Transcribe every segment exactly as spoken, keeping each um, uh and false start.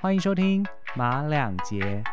欢迎收听马两节。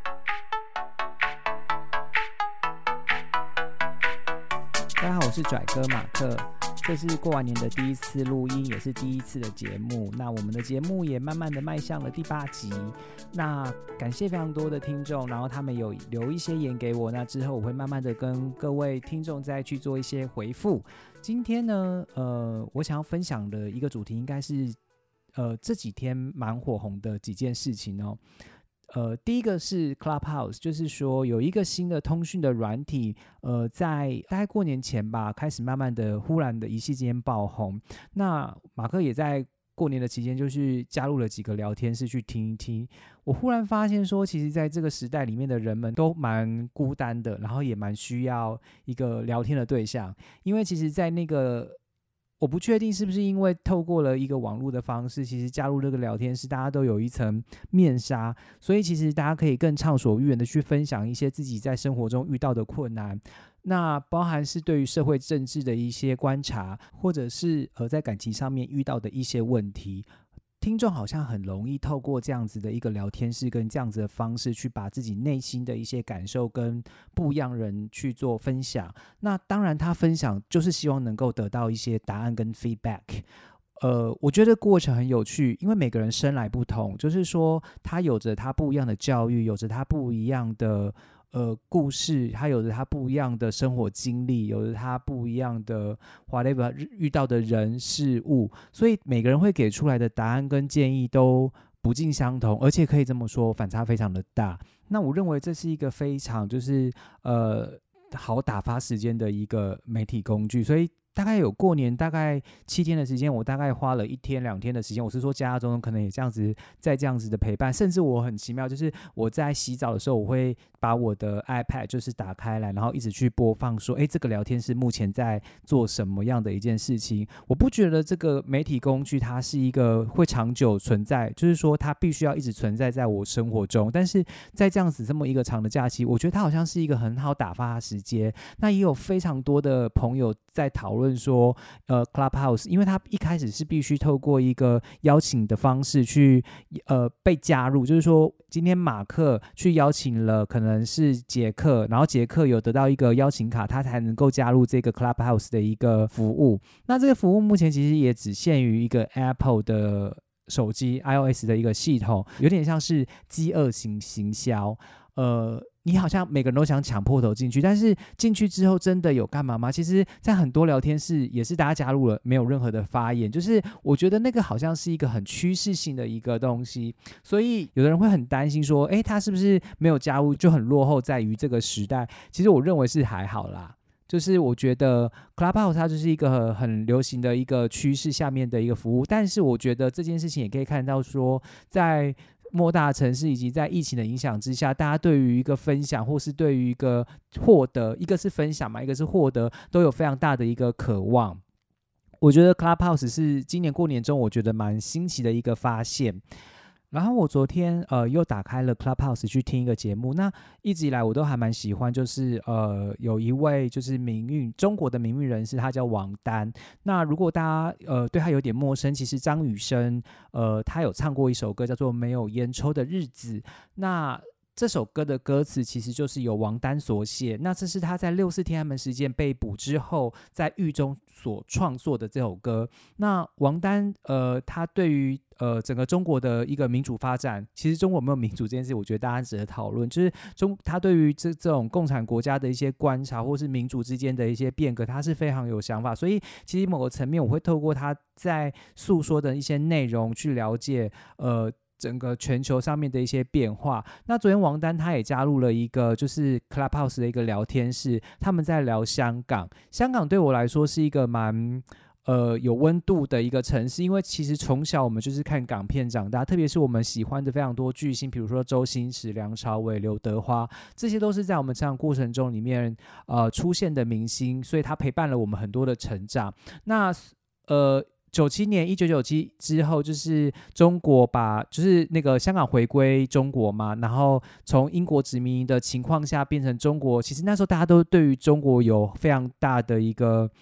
大家好，我是拽哥马克，这是过完年的第一次录音，也是第一次的节目。那我们的节目也慢慢的迈向了第八集。那感谢非常多的听众，然后他们有留一些言给我，那之后我会慢慢的跟各位听众再去做一些回复。今天呢，呃，我想要分享的一个主题应该是，呃，这几天蛮火红的几件事情哦。呃，第一个是 Clubhouse， 就是说有一个新的通讯的软体，呃，在大概过年前吧，开始慢慢的、忽然的一夕之间爆红。那马克也在过年的期间，就是加入了几个聊天室去听一听。我忽然发现说，其实在这个时代里面的人们都蛮孤单的，然后也蛮需要一个聊天的对象，因为其实在那个我不确定是不是因为透过了一个网络的方式，其实加入这个聊天室，大家都有一层面纱，所以其实大家可以更畅所欲言的去分享一些自己在生活中遇到的困难，那包含是对于社会政治的一些观察，或者是呃在感情上面遇到的一些问题。听众好像很容易透过这样子的一个聊天室跟这样子的方式去把自己内心的一些感受跟不一样人去做分享，那当然他分享就是希望能够得到一些答案跟 feedback。呃，我觉得过程很有趣，因为每个人生来不同，就是说他有着他不一样的教育，有着他不一样的呃，故事，他有着他不一样的生活经历，有着他不一样的 whatever 遇到的人事物，所以每个人会给出来的答案跟建议都不尽相同，而且可以这么说，反差非常的大。那我认为这是一个非常就是呃好打发时间的一个媒体工具，所以大概有过年大概七天的时间，我大概花了一天两天的时间，我是说家中可能也这样子在这样子的陪伴，甚至我很奇妙，就是我在洗澡的时候，我会把我的 iPad 就是打开来，然后一直去播放说，哎，这个聊天室目前在做什么样的一件事情。我不觉得这个媒体工具它是一个会长久存在，就是说它必须要一直存在在我生活中，但是在这样子这么一个长的假期，我觉得它好像是一个很好打发的时间。那也有非常多的朋友在讨论说，呃 Clubhouse 因为它一开始是必须透过一个邀请的方式去呃被加入，就是说今天马克去邀请了可能是杰克，然后杰克有得到一个邀请卡，他才能够加入这个 Clubhouse 的一个服务。那这个服务目前其实也只限于一个 Apple 的手机 iOS 的一个系统，有点像是饥饿型行销。呃你好像每个人都想抢破头进去，但是进去之后真的有干嘛吗？其实在很多聊天室也是大家加入了没有任何的发言，就是我觉得那个好像是一个很趋势性的一个东西，所以有的人会很担心说，诶，他是不是没有加入就很落后在于这个时代？其实我认为是还好啦，就是我觉得 Clubhouse 它就是一个很流行的一个趋势下面的一个服务，但是我觉得这件事情也可以看到说，在莫大城市以及在疫情的影响之下，大家对于一个分享或是对于一个获得，一个是分享嘛，一个是获得，都有非常大的一个渴望。我觉得 Clubhouse 是今年过年中我觉得蛮新奇的一个发现。然后我昨天呃又打开了 Clubhouse 去听一个节目，那一直以来我都还蛮喜欢，就是呃有一位就是民运中国的民运人士，他叫王丹。那如果大家呃对他有点陌生，其实张雨生呃他有唱过一首歌叫做《没有烟抽的日子》，那这首歌的歌词其实就是由王丹所写，那这是他在六四天安门事件被捕之后在狱中所创作的这首歌。那王丹呃他对于呃整个中国的一个民主发展，其实中国有没有民主这件事我觉得大家值得讨论，就是中他对于这这种共产国家的一些观察或是民主之间的一些变革，他是非常有想法，所以其实某个层面我会透过他在诉说的一些内容去了解呃整个全球上面的一些变化。那昨天王丹他也加入了一个就是 Clubhouse 的一个聊天室，他们在聊香港。香港对我来说是一个蛮呃有温度的一个城市，因为其实从小我们就是看港片长大，特别是我们喜欢的非常多巨星，比如说周星驰、梁朝伟、刘德华，这些都是在我们成长过程中里面呃出现的明星，所以他陪伴了我们很多的成长。那呃九七年一九九七之后，就是中国把就是那个香港回归中国嘛，然后从英国殖民的情况下变成中国，其实那时候大家都对于中国有非常大的一个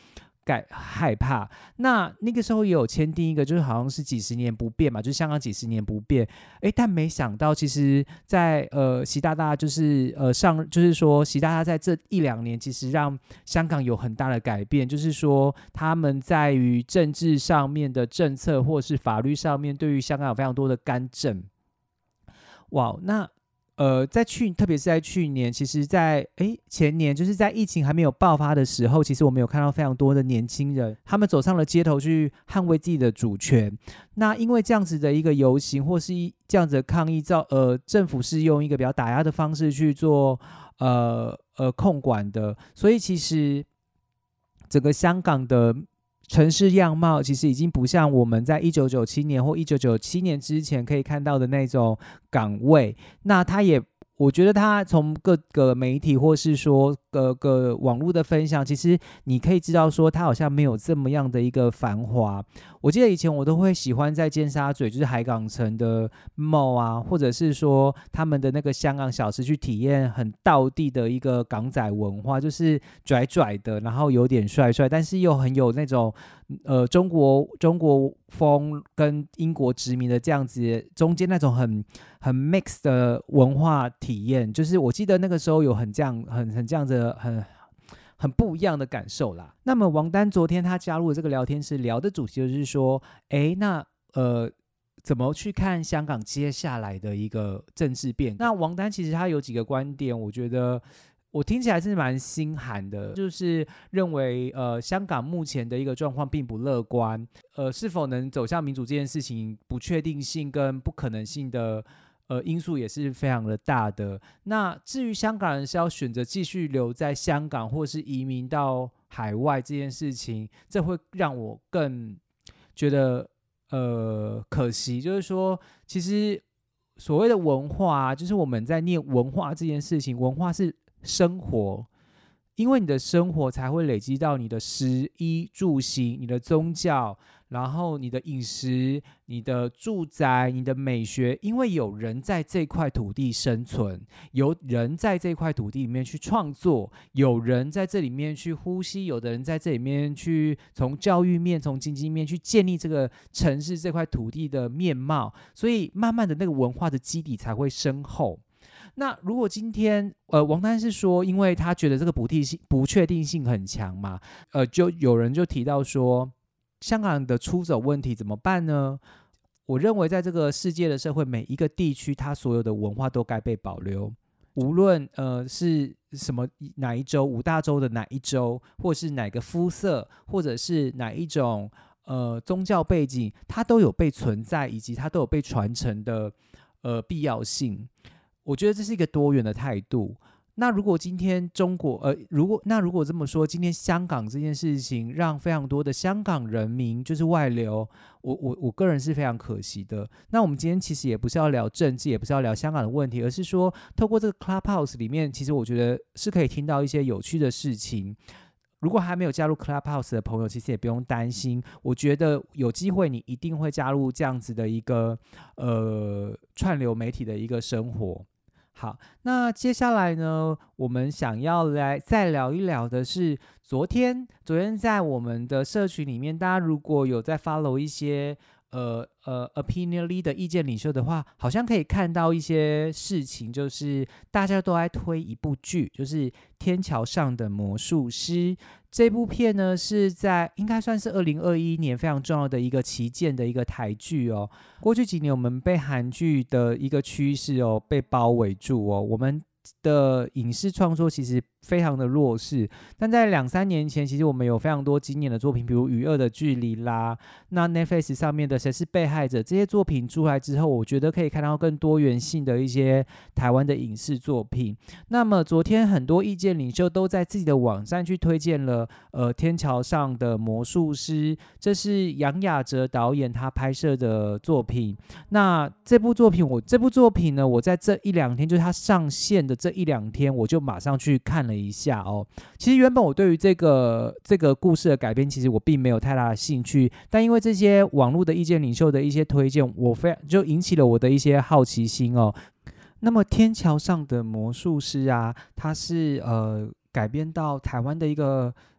感害怕。那那个时候也有签订一个，就是好像是几十年不变嘛，就是香港几十年不变。哎，但没想到，其实在呃习大大就是呃上，就是说习大大在这一两年，其实让香港有很大的改变，就是说他们在于政治上面的政策或是法律上面，对于香港有非常多的干政。哇，那。呃，在去，特别是在去年，其实在，诶前年，就是在疫情还没有爆发的时候，其实我们有看到非常多的年轻人，他们走上了街头去捍卫自己的主权。那因为这样子的一个游行，或是一这样子的抗议，造呃政府是用一个比较打压的方式去做呃呃控管的，所以其实整个香港的城市样貌其实已经不像我们在一九九七年或一九九七年之前可以看到的那种港味。那它也，我觉得它从各个媒体或是说各个网络的分享，其实你可以知道说它好像没有这么样的一个繁华。我记得以前我都会喜欢在尖沙咀，就是海港城的 mall 啊，或者是说他们的那个香港小吃，去体验很道地的一个港仔文化，就是拽拽的，然后有点帅帅，但是又很有那种呃中国中国风跟英国殖民的这样子中间那种很很 mix 的文化体验，就是我记得那个时候有很这样很很这样子很。很不一样的感受啦。那么王丹昨天他加入了这个聊天室，聊的主题就是说，哎，那呃，怎么去看香港接下来的一个政治变？那王丹其实他有几个观点，我觉得我听起来是蛮心寒的，就是认为呃，香港目前的一个状况并不乐观，呃，是否能走向民主这件事情，不确定性跟不可能性的。呃，因素也是非常的大的。那至于香港人是要选择继续留在香港，或是移民到海外这件事情，这会让我更觉得呃可惜。就是说，其实所谓的文化啊，就是我们在念文化这件事情，文化是生活。因为你的生活才会累积到你的食衣住行，你的宗教，然后你的饮食，你的住宅，你的美学。因为有人在这块土地生存，有人在这块土地里面去创作，有人在这里面去呼吸，有的人在这里面去从教育面、从经济面去建立这个城市这块土地的面貌，所以慢慢的那个文化的基底才会深厚。那如果今天呃王丹是说，因为他觉得这个不定性不确定性很强嘛，呃就有人就提到说，香港的出走问题怎么办呢？我认为在这个世界的社会，每一个地区它所有的文化都该被保留，无论呃是什么哪一州，五大洲的哪一州，或是哪个肤色，或者是哪一种呃宗教背景，它都有被存在，以及它都有被传承的呃必要性。我觉得这是一个多元的态度。那如果今天中国，呃，如果那如果这么说，今天香港这件事情让非常多的香港人民就是外流，我我我个人是非常可惜的。那我们今天其实也不是要聊政治，也不是要聊香港的问题，而是说透过这个 Clubhouse 里面，其实我觉得是可以听到一些有趣的事情。如果还没有加入 Clubhouse 的朋友，其实也不用担心。我觉得有机会，你一定会加入这样子的一个呃串流媒体的一个生活。好，那接下来呢，我们想要来再聊一聊的是，昨天昨天在我们的社群里面，大家如果有在 follow 一些呃呃 opinion leader 的意见领袖的话，好像可以看到一些事情，就是大家都在推一部剧，就是《天桥上的魔术师》。这部片呢是在应该算是二零二一年非常重要的一个旗舰的一个台剧哦。过去几年我们被韩剧的一个趋势哦被包围住哦，我们的影视创作其实非常的弱势，但在两三年前，其实我们有非常多经典的作品，比如《与恶的距离》啦，那 Netflix 上面的《谁是被害者》这些作品出来之后，我觉得可以看到更多元性的一些台湾的影视作品。那么昨天很多意见领袖都在自己的网站去推荐了呃《天桥上的魔术师》，这是杨雅哲导演他拍摄的作品。那这部作品我这部作品呢，我在这一两天，就是它上线的这一两天，我就马上去看了一下哦。其实原本我对于这个这个故事的改编，其实我并没有太大的兴趣，但因为这些网络的意见领袖的一些推荐，我非常就引起了我的一些好奇心哦。那么天桥上的魔术师啊，它是呃改编到台湾的一个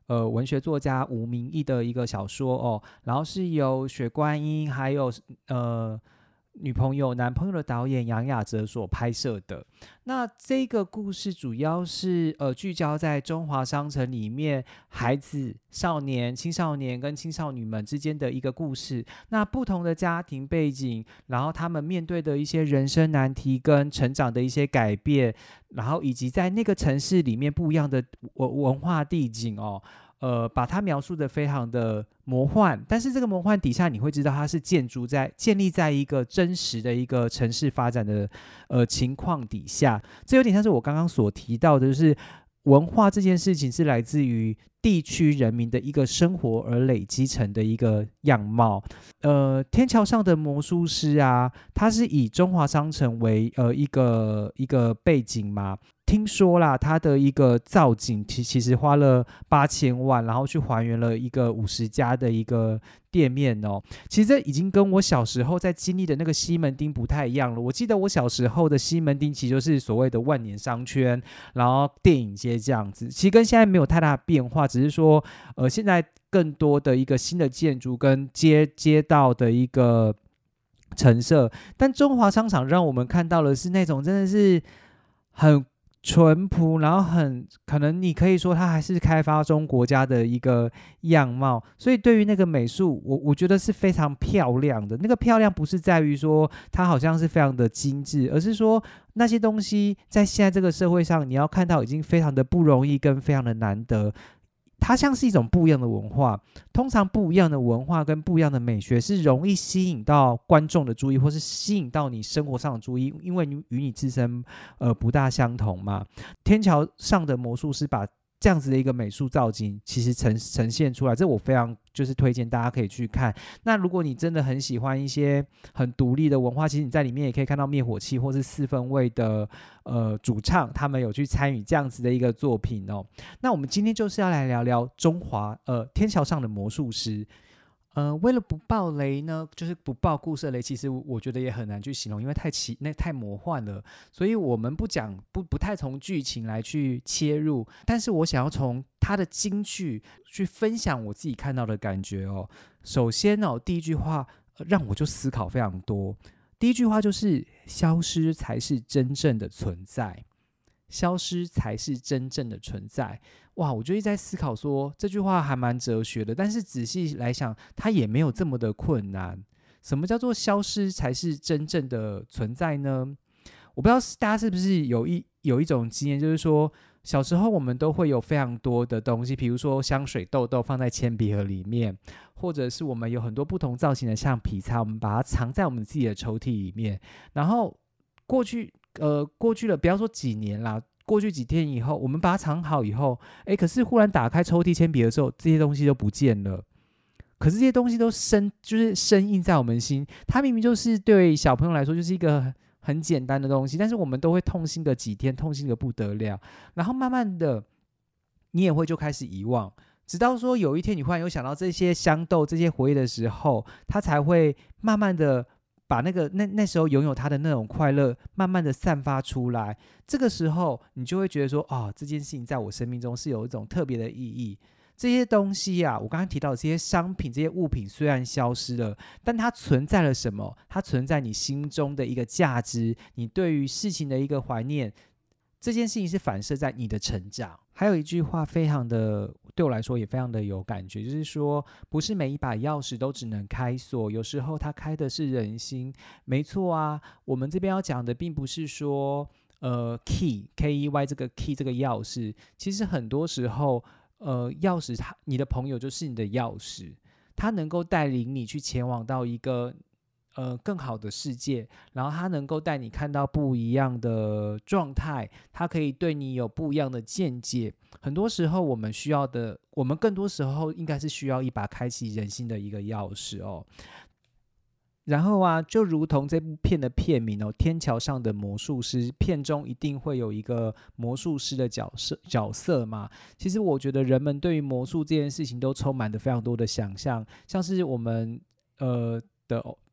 呃文学作家吴明义的一个小说哦，然后是由雪观音还有呃女朋友男朋友的导演杨雅哲所拍摄的。那这个故事主要是呃聚焦在中华商城里面孩子、少年、青少年跟青少女们之间的一个故事。那不同的家庭背景，然后他们面对的一些人生难题跟成长的一些改变，然后以及在那个城市里面不一样的文化地景哦。呃，把它描述的非常的魔幻，但是这个魔幻底下你会知道它是建筑在建立在一个真实的一个城市发展的呃情况底下。这有点像是我刚刚所提到的，就是文化这件事情是来自于地区人民的一个生活而累积成的一个样貌。呃，天桥上的魔术师啊，它是以中华商城为呃一个一个背景嘛。听说啦，他的一个造景其其实花了八千万，然后去还原了一个五十家的一个店面哦。其实这已经跟我小时候在经历的那个西门町不太一样了。我记得我小时候的西门町其实就是所谓的万年商圈，然后电影街这样子，其实跟现在没有太大的变化，只是说呃现在更多的一个新的建筑跟街街道的一个陈设。但中华商场让我们看到的是那种真的是很淳朴，然后很可能你可以说它还是开发中国家的一个样貌，所以对于那个美术我我觉得是非常漂亮的。那个漂亮不是在于说它好像是非常的精致，而是说那些东西在现在这个社会上你要看到已经非常的不容易跟非常的难得。它像是一种不一样的文化，通常不一样的文化跟不一样的美学是容易吸引到观众的注意，或是吸引到你生活上的注意，因为你与你自身呃不大相同嘛。天桥上的魔术师把这样子的一个美术造景其实 呈, 呈现出来，这我非常就是推荐大家可以去看。那如果你真的很喜欢一些很独立的文化，其实你在里面也可以看到灭火器或是四分卫的呃主唱，他们有去参与这样子的一个作品哦。那我们今天就是要来聊聊中华呃天桥上的魔术师。呃，为了不爆雷呢，就是不爆故事的雷，其实我觉得也很难去形容，因为太奇那太魔幻了，所以我们不讲不不太从剧情来去切入，但是我想要从他的金句去分享我自己看到的感觉哦。首先哦，第一句话、呃、让我就思考非常多。第一句话就是消失才是真正的存在，消失才是真正的存在。哇，我就一直在思考说这句话还蛮哲学的，但是仔细来想它也没有这么的困难。什么叫做消失才是真正的存在呢？我不知道大家是不是有一有一种经验，就是说小时候我们都会有非常多的东西，比如说香水豆豆放在铅笔盒里面，或者是我们有很多不同造型的橡皮擦，我们把它藏在我们自己的抽屉里面。然后过去呃过去了不要说几年啦，过去几天以后，我们把它藏好以后，哎，可是忽然打开抽屉铅笔的时候，这些东西都不见了。可是这些东西都深，就是深印在我们心。它明明就是对小朋友来说就是一个很简单的东西，但是我们都会痛心个几天，痛心个不得了。然后慢慢的，你也会就开始遗忘，直到说有一天你忽然有想到这些香豆、这些回忆的时候，它才会慢慢的把那个那那时候拥有它的那种快乐慢慢的散发出来。这个时候你就会觉得说，哦，这件事情在我生命中是有一种特别的意义。这些东西啊，我刚刚提到的这些商品、这些物品虽然消失了，但它存在了什么？它存在你心中的一个价值，你对于事情的一个怀念，这件事情是反射在你的成长。还有一句话非常的对我来说也非常的有感觉，就是说不是每一把钥匙都只能开锁，有时候它开的是人心。没错啊，我们这边要讲的并不是说呃 key K E Y 这个 key 这个钥匙，其实很多时候呃钥匙它你的朋友就是你的钥匙，它能够带领你去前往到一个呃，更好的世界，然后它能够带你看到不一样的状态，它可以对你有不一样的见解。很多时候我们需要的，我们更多时候应该是需要一把开启人心的一个钥匙哦。然后啊，就如同这部片的片名哦，《天桥上的魔术师》，片中一定会有一个魔术师的角色角色嘛。其实我觉得人们对于魔术这件事情都充满了非常多的想象，像是我们呃的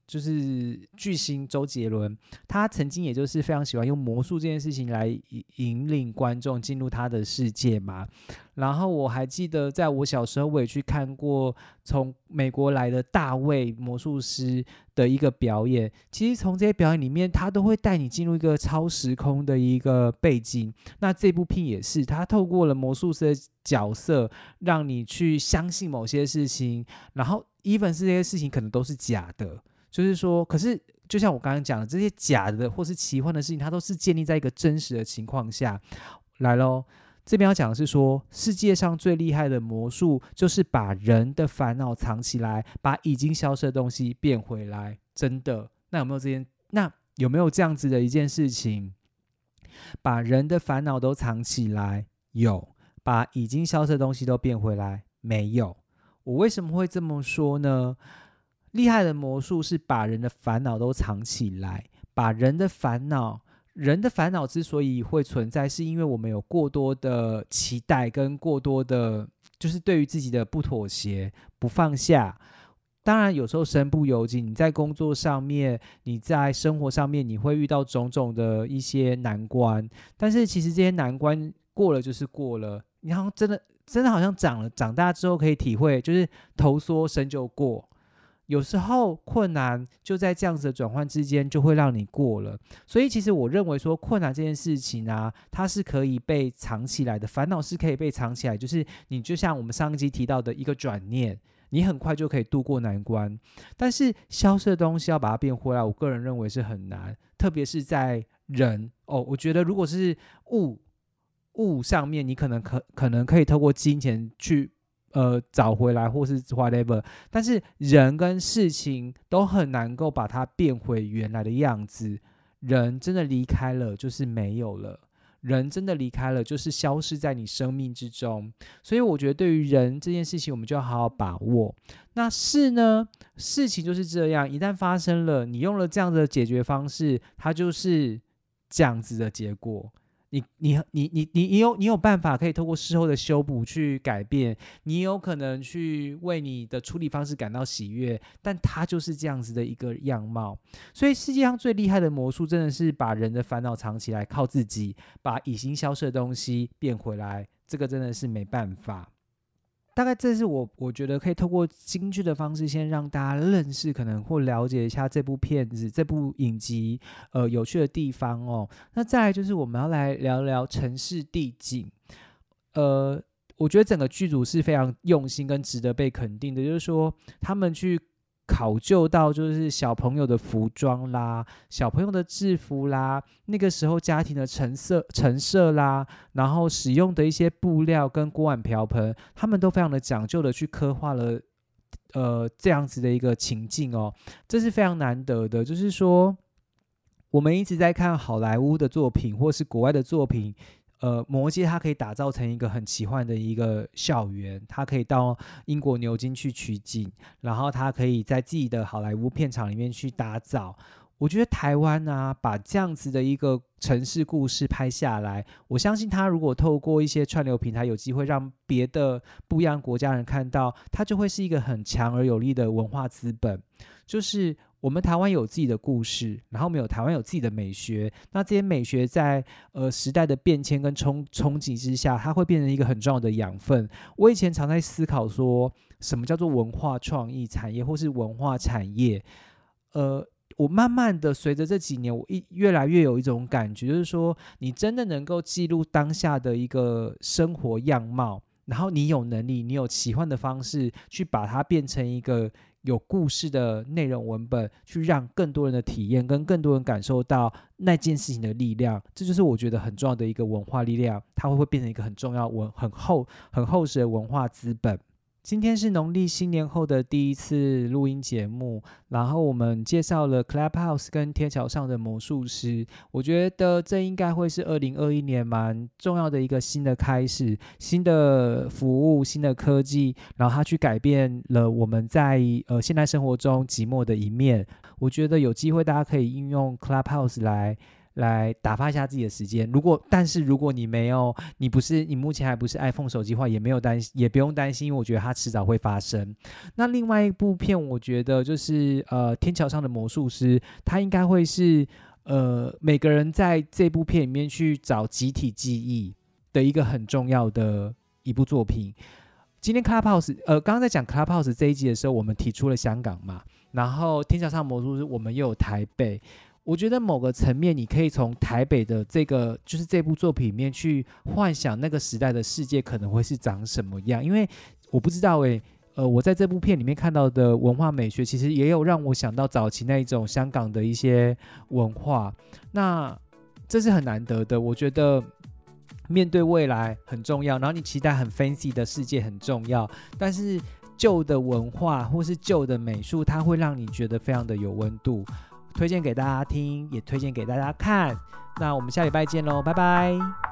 就是巨星周杰伦，他曾经也就是非常喜欢用魔术这件事情来引领观众进入他的世界嘛。然后我还记得在我小时候我也去看过从美国来的大卫魔术师的一个表演，其实从这些表演里面他都会带你进入一个超时空的一个背景，那这部片也是他透过了魔术师的角色让你去相信某些事情，然后 even 是这些事情可能都是假的，就是说可是就像我刚刚讲的，这些假的或是奇幻的事情它都是建立在一个真实的情况下。来咯，这边要讲的是说，世界上最厉害的魔术就是把人的烦恼藏起来，把已经消失的东西变回来。真的，那有没有这件那有没有这样子的一件事情，把人的烦恼都藏起来？有。把已经消失的东西都变回来？没有。我为什么会这么说呢？厉害的魔术是把人的烦恼都藏起来，把人的烦恼人的烦恼之所以会存在，是因为我们有过多的期待跟过多的就是对于自己的不妥协不放下。当然有时候身不由己，你在工作上面你在生活上面你会遇到种种的一些难关，但是其实这些难关过了就是过了，你好像真的真的好像长了长大之后可以体会，就是头缩身就过，有时候困难就在这样子的转换之间就会让你过了。所以其实我认为说困难这件事情啊，它是可以被藏起来的，烦恼是可以被藏起来，就是你就像我们上一集提到的一个转念，你很快就可以度过难关。但是消失的东西要把它变回来，我个人认为是很难，特别是在人哦，我觉得如果是物物上面，你可能可可能可以透过金钱去呃找回来，或是 whatever， 但是人跟事情都很难够把它变回原来的样子。人真的离开了就是没有了，人真的离开了就是消失在你生命之中。所以我觉得对于人这件事情我们就要好好把握。那事呢，事情就是这样，一旦发生了，你用了这样的解决方式，它就是这样子的结果。你你你你你你有你有办法可以透过事后的修补去改变，你有可能去为你的处理方式感到喜悦，但它就是这样子的一个样貌。所以世界上最厉害的魔术真的是把人的烦恼藏起来，靠自己把已经消失的东西变回来，这个真的是没办法。大概这是我我觉得可以透过京剧的方式先让大家认识可能或了解一下这部片子这部影集呃有趣的地方哦。那再来就是我们要来聊聊城市地景。呃我觉得整个剧组是非常用心跟值得被肯定的，就是说他们去考究到就是小朋友的服装啦，小朋友的制服啦，那个时候家庭的陈设陈设啦，然后使用的一些布料跟锅碗瓢盆，他们都非常的讲究的去刻画了呃这样子的一个情境哦。这是非常难得的，就是说我们一直在看好莱坞的作品或是国外的作品，呃，魔戒它可以打造成一个很奇幻的一个校园，它可以到英国牛津去取景，然后它可以在自己的好莱坞片场里面去打造。我觉得台湾啊，把这样子的一个城市故事拍下来，我相信它如果透过一些串流平台有机会让别的不一样国家人看到，它就会是一个很强而有力的文化资本。就是我们台湾有自己的故事，然后我们有台湾有自己的美学，那这些美学在呃时代的变迁跟冲冲击之下，它会变成一个很重要的养分。我以前常在思考说，什么叫做文化创意产业或是文化产业？呃，我慢慢的随着这几年，我一越来越有一种感觉，就是说，你真的能够记录当下的一个生活样貌，然后你有能力，你有奇幻的方式去把它变成一个有故事的内容文本，去让更多人的体验跟更多人感受到那件事情的力量。这就是我觉得很重要的一个文化力量，它会变成一个很重要文很厚很厚实的文化资本。今天是农历新年后的第一次录音节目，然后我们介绍了 Clubhouse 跟天桥上的魔术师。我觉得这应该会是二零二一年蛮重要的一个新的开始，新的服务，新的科技，然后它去改变了我们在呃现代生活中寂寞的一面。我觉得有机会大家可以应用 Clubhouse 来来打发一下自己的时间。如果但是如果你没有，你不是你目前还不是 iPhone 手机的话，也没有担也不用担心，因为我觉得它迟早会发生。那另外一部片，我觉得就是呃天桥上的魔术师，它应该会是呃每个人在这部片里面去找集体记忆的一个很重要的一部作品。今天 Clubhouse 呃，刚刚在讲 Clubhouse 这一集的时候，我们提出了香港嘛，然后天桥上魔术师我们又有台北。我觉得某个层面，你可以从台北的这个就是这部作品里面去幻想那个时代的世界可能会是长什么样，因为我不知道诶、欸，呃，我在这部片里面看到的文化美学，其实也有让我想到早期那一种香港的一些文化，那这是很难得的，我觉得。面对未来很重要，然后你期待很 fancy 的世界很重要，但是旧的文化或是旧的美术，它会让你觉得非常的有温度。推荐给大家听，也推荐给大家看。那我们下礼拜见咯，拜拜。